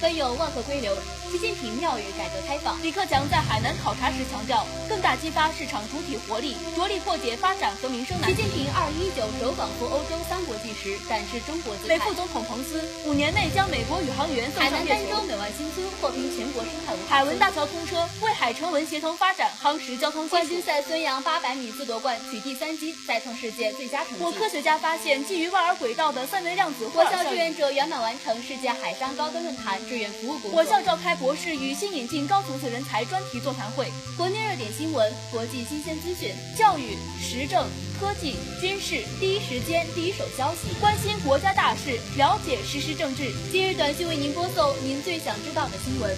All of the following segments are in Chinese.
本有万壑归流。习近平妙语改革开放。李克强在海南考察时强调，更大激发市场主体活力，着力破解发展和民生难题。习近平2019首访赴欧洲3国纪时，展示中国姿态。美副总统彭斯5年内将美国宇航员送上月球。海南儋州美万新村获评全国生态文化。海文大桥通车，为海城文协同发展夯实交通基础。冠军赛孙杨800米自夺冠，取第3击，再创世界最佳成绩。我科学家发现，基于万尔轨道的3维量子霍尔效应。我校志愿者圆满完成世界海上高端论坛志愿服务工作。我校召开博士与新引进高层次人才专题座谈会。国内热点新闻、国际新鲜资讯、教育、时政、科技、军事，第一时间、第一手消息，关心国家大事，了解时事政治。今日短讯为您播送您最想知道的新闻。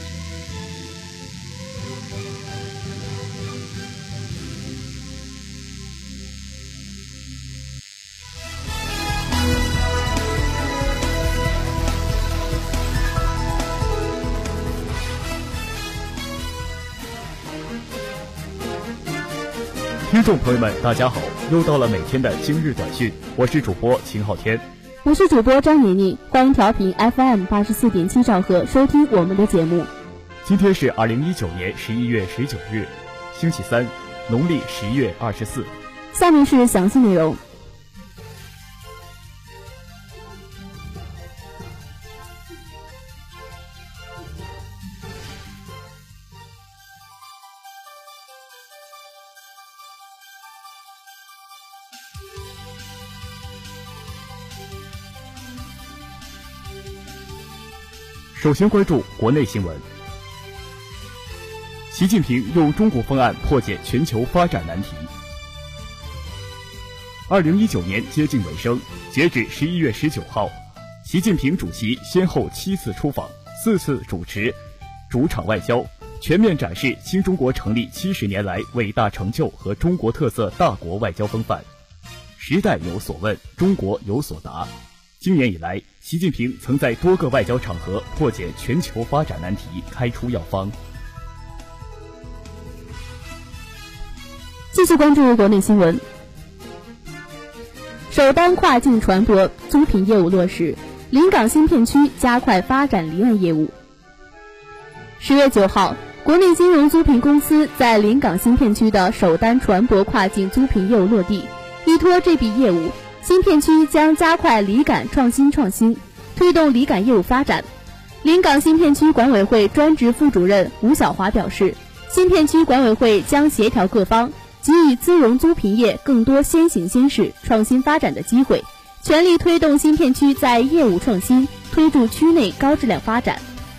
听众朋友们，大家好，又到了每天的今日短讯，我是主播秦昊天， 我是主播张宁宁，欢迎调频 FM84.7兆赫收听我们的节目。 今天是2019年11月19日，星期三，农历11月24。 下面是详细内容。 首先关注国内新闻。习近平用中国方案破解全球发展难题。2019年接近尾声，截止11月19号，习近平主席先后7次出访，4次主持主场外交，全面展示新中国成立70年来伟大成就和中国特色大国外交风范。时代有所问，中国有所答。今年以来，习近平曾在多个外交场合破解全球发展难题，开出药方。 继续关注国内新闻。首单跨境船舶租赁业务落实，临港新片区加快发展离岸业务。10月9号，国内金融租赁公司在临港新片区的首单船舶跨境租赁业务落地，依托这笔业务，新片区将加快离港创新，推动离港业务发展。临港新片区管委会专职副主任吴晓华表示，新片区管委会将协调各方，给予资融租赁业更多先行先试、创新发展的机会，全力推动新片区在业务创新，推助区内高质量发展。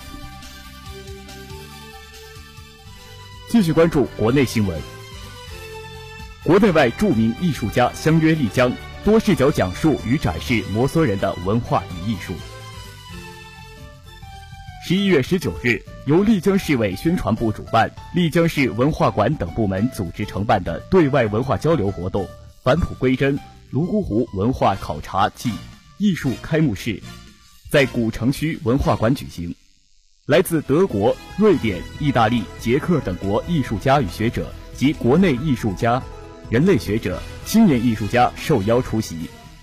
继续关注国内新闻。国内外著名艺术家相约丽江，多视角讲述与展示摩梭人的文化与艺术。11月19日，由丽江市委宣传部主办，丽江市文化馆等部门组织承办的对外文化交流活动返璞归真泸沽湖文化考察暨艺术开幕式在古城区文化馆举行。来自德国、瑞典、意大利、捷克等国艺术家与学者及国内艺术家、人类学者、青年艺术家受邀出席。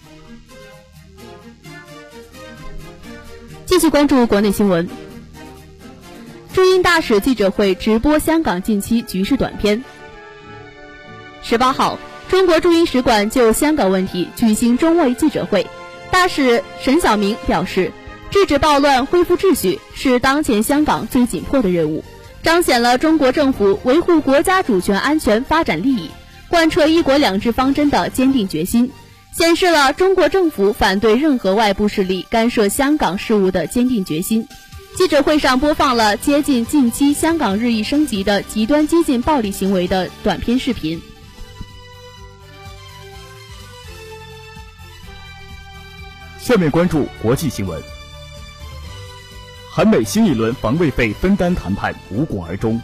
继续关注国内新闻。驻英大使记者会直播香港近期局势短片。18号，中国驻英使馆就香港问题举行中外记者会，大使沈晓明表示，制止暴乱、恢复秩序是当前香港最紧迫的任务，彰显了中国政府维护国家主权安全发展利益、贯彻一国两制方针的坚定决心，显示了中国政府反对任何外部势力干涉香港事务的坚定决心。记者会上播放了接近近期香港日益升级的极端激进暴力行为的短片视频。 下面关注国际新闻。韩美新一轮防卫费分担谈判无果而终。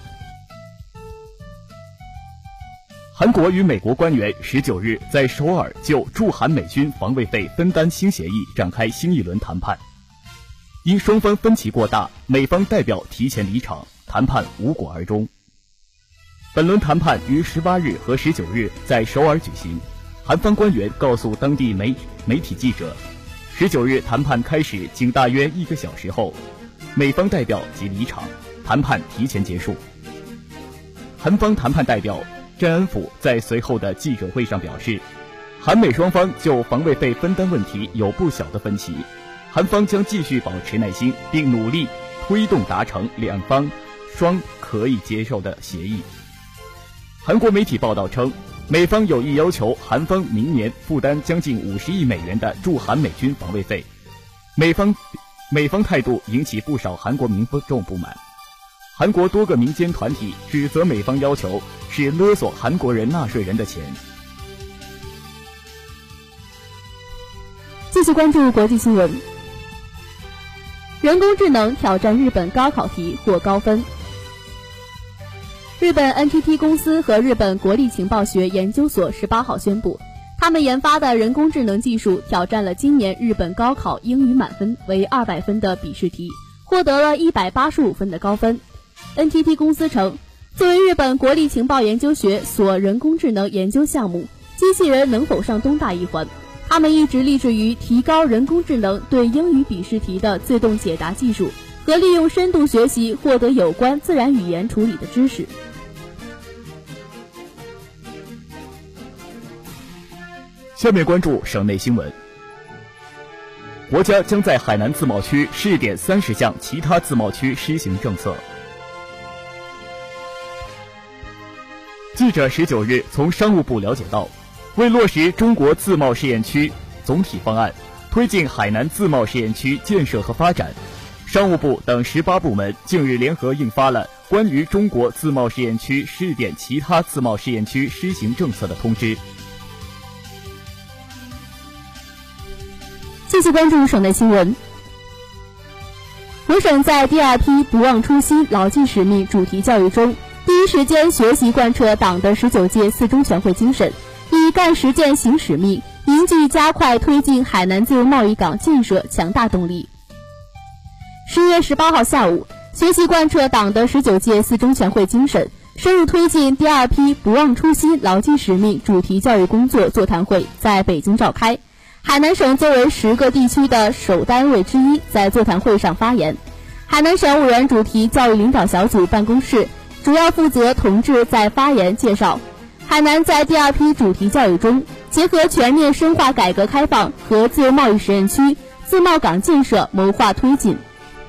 韩国与美国官员19日在首尔就驻韩美军防卫费分担新协议展开新一轮谈判，因双方分歧过大，美方代表提前离场，谈判无果而终。本轮谈判于18日和19日在首尔举行，韩方官员告诉当地媒体记者，19日谈判开始仅大约1个小时后， 美方代表即离场，谈判提前结束。韩方谈判代表郑安甫在随后的记者会上表示，韩美双方就防卫费分担问题有不小的分歧，韩方将继续保持耐心，并努力推动达成两方可以接受的协议。韩国媒体报道称，美方有意要求韩方明年负担将近50亿美元的驻韩美军防卫费，美方态度引起不少韩国民众不满。韩国多个民间团体指责美方要求是勒索韩国人纳税人的钱。 继续关注国际新闻。人工智能挑战日本高考题获高分。日本 NTT 公司和日本国立情报学研究所18号宣布，他们研发的人工智能技术挑战了今年日本高考英语满分为200分的笔试题，获得了185分的高分。NTT 公司称，作为日本国立情报研究学所人工智能研究项目，机器人能否上东大一环，他们一直立志于提高人工智能对英语笔试题的自动解答技术和利用深度学习获得有关自然语言处理的知识。 下面关注省内新闻。国家将在海南自贸区试点30项其他自贸区施行政策。记者19日从商务部了解到，为落实中国自贸试验区总体方案，推进海南自贸试验区建设和发展，商务部等18部门近日联合印发了关于中国自贸试验区试点其他自贸试验区施行政策的通知。 继续关注省内新闻。我省在第2批不忘初心牢记使命主题教育中，第一时间学习贯彻党的19届4中全会精神，以干实践行使命，凝聚加快推进海南自由贸易港建设强大动力。10月18号下午，学习贯彻党的19届4中全会精神，深入推进第2批不忘初心牢记使命主题教育工作座谈会在北京召开。海南省作为10个地区的首单位之一，在座谈会上发言。海南省委员主题教育领导小组办公室主要负责同志在发言介绍，海南在第2批主题教育中，结合全面深化改革开放和自由贸易实验区、自贸港建设谋划推进。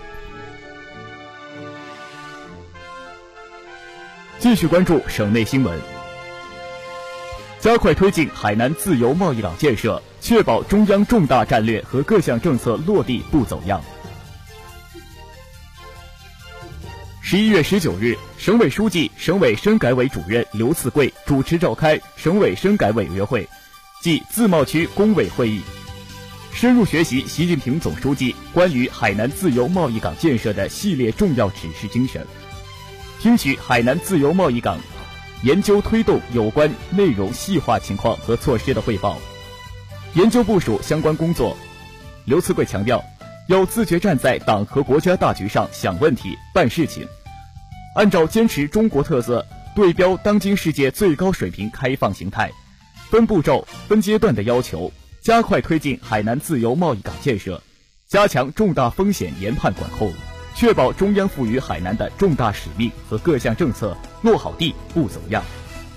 继续关注省内新闻。加快推进海南自由贸易港建设，确保中央重大战略和各项政策落地不走样。11月19日，省委书记、省委深改委主任刘赐贵主持召开省委深改委员会暨自贸区工委会议，深入学习习近平总书记关于海南自由贸易港建设的系列重要指示精神，听取海南自由贸易港研究推动有关内容细化情况和措施的汇报，研究部署相关工作。刘赐贵强调，要自觉站在党和国家大局上想问题、办事情，按照坚持中国特色、对标当今世界最高水平开放形态，分步骤、分阶段的要求，加快推进海南自由贸易港建设，加强重大风险研判管控，确保中央赋予海南的重大使命和各项政策落好地不走样。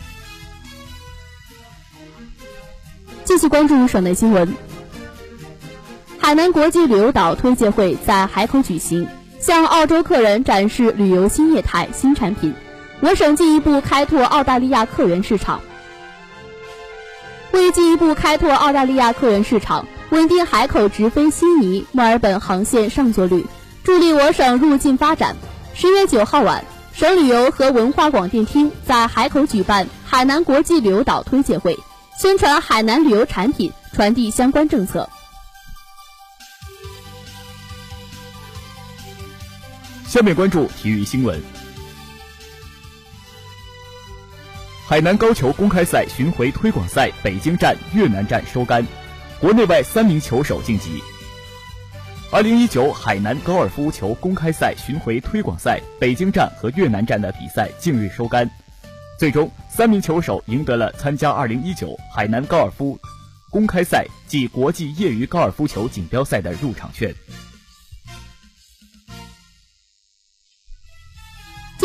继续关注省内新闻。海南国际旅游岛推介会在海口举行，向澳洲客人展示旅游新业态、新产品。我省进一步开拓澳大利亚客源市场。为进一步开拓澳大利亚客源市场，稳定海口直飞悉尼、墨尔本航线上座率，助力我省入境发展，10月9号晚，省旅游和文化广电厅在海口举办海南国际旅游岛推介会，宣传海南旅游产品，传递相关政策。 下面关注体育新闻。海南高球公开赛巡回推广赛北京站、越南站收杆，国内外3名球手晋级。2019海南高尔夫球公开赛巡回推广赛北京站和越南站的比赛近日收杆，最终3名球手赢得了参加2019海南高尔夫公开赛暨国际业余高尔夫球锦标赛的入场券。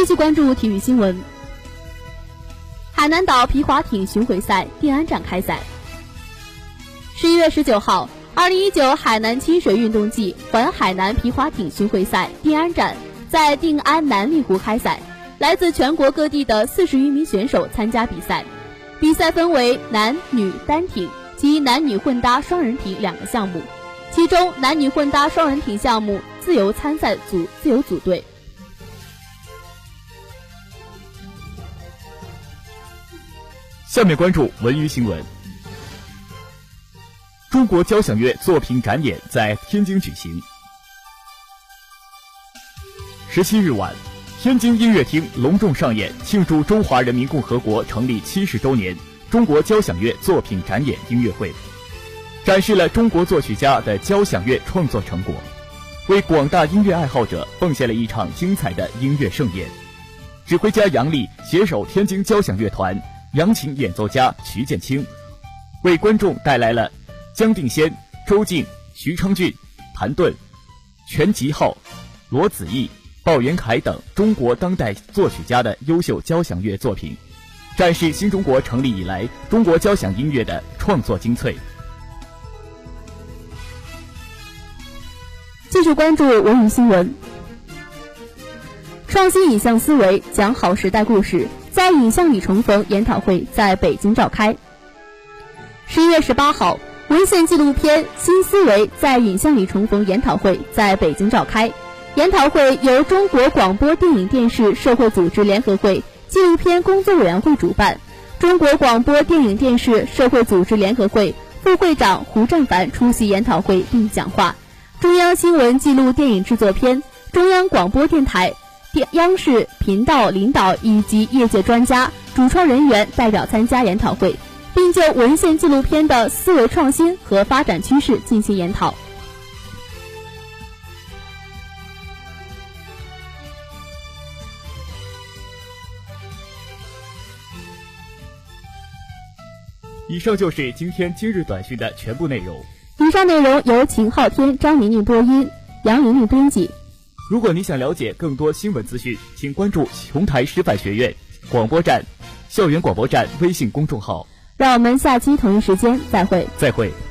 继续关注体育新闻。海南岛皮划艇巡回赛定安站开赛。11月19号，2019海南亲水运动季环海南皮划艇巡回赛定安站在定安南丽湖开赛，来自全国各地的40余名选手参加比赛。比赛分为男女单艇及男女混搭双人艇2个项目，其中男女混搭双人艇项目自由参赛组自由组队。 下面关注文娱新闻。中国交响乐作品展演在天津举行。17日晚，天津音乐厅隆重上演庆祝中华人民共和国成立70周年中国交响乐作品展演音乐会，展示了中国作曲家的交响乐创作成果，为广大音乐爱好者奉献了一场精彩的音乐盛宴。指挥家杨丽携手天津交响乐团、扬琴演奏家徐建清，为观众带来了江定先、周静、徐昌俊、谭盾、全吉浩、罗子义、鲍元凯等中国当代作曲家的优秀交响乐作品，展示新中国成立以来中国交响音乐的创作精粹。 继续关注文娱新闻。创新影像思维，讲好时代故事，在影像里重逢研讨会在北京召开。11月18号，文献纪录片新思维在影像里重逢研讨会在北京召开。研讨会由中国广播电影电视社会组织联合会纪录片工作委员会主办，中国广播电影电视社会组织联合会副会长胡占凡出席研讨会并讲话。中央新闻纪录电影制作片、中央广播电台、央视频道领导以及业界专家、主创人员代表参加研讨会，并就文献纪录片的思维创新和发展趋势进行研讨。 以上就是今天今日短讯的全部内容。 以上内容由秦昊天、张宁宁播音，杨玲玲编辑。 如果你想了解更多新闻资讯，请关注琼台师范学院广播站、校园广播站微信公众号。 让我们下期同一时间再会。 再会。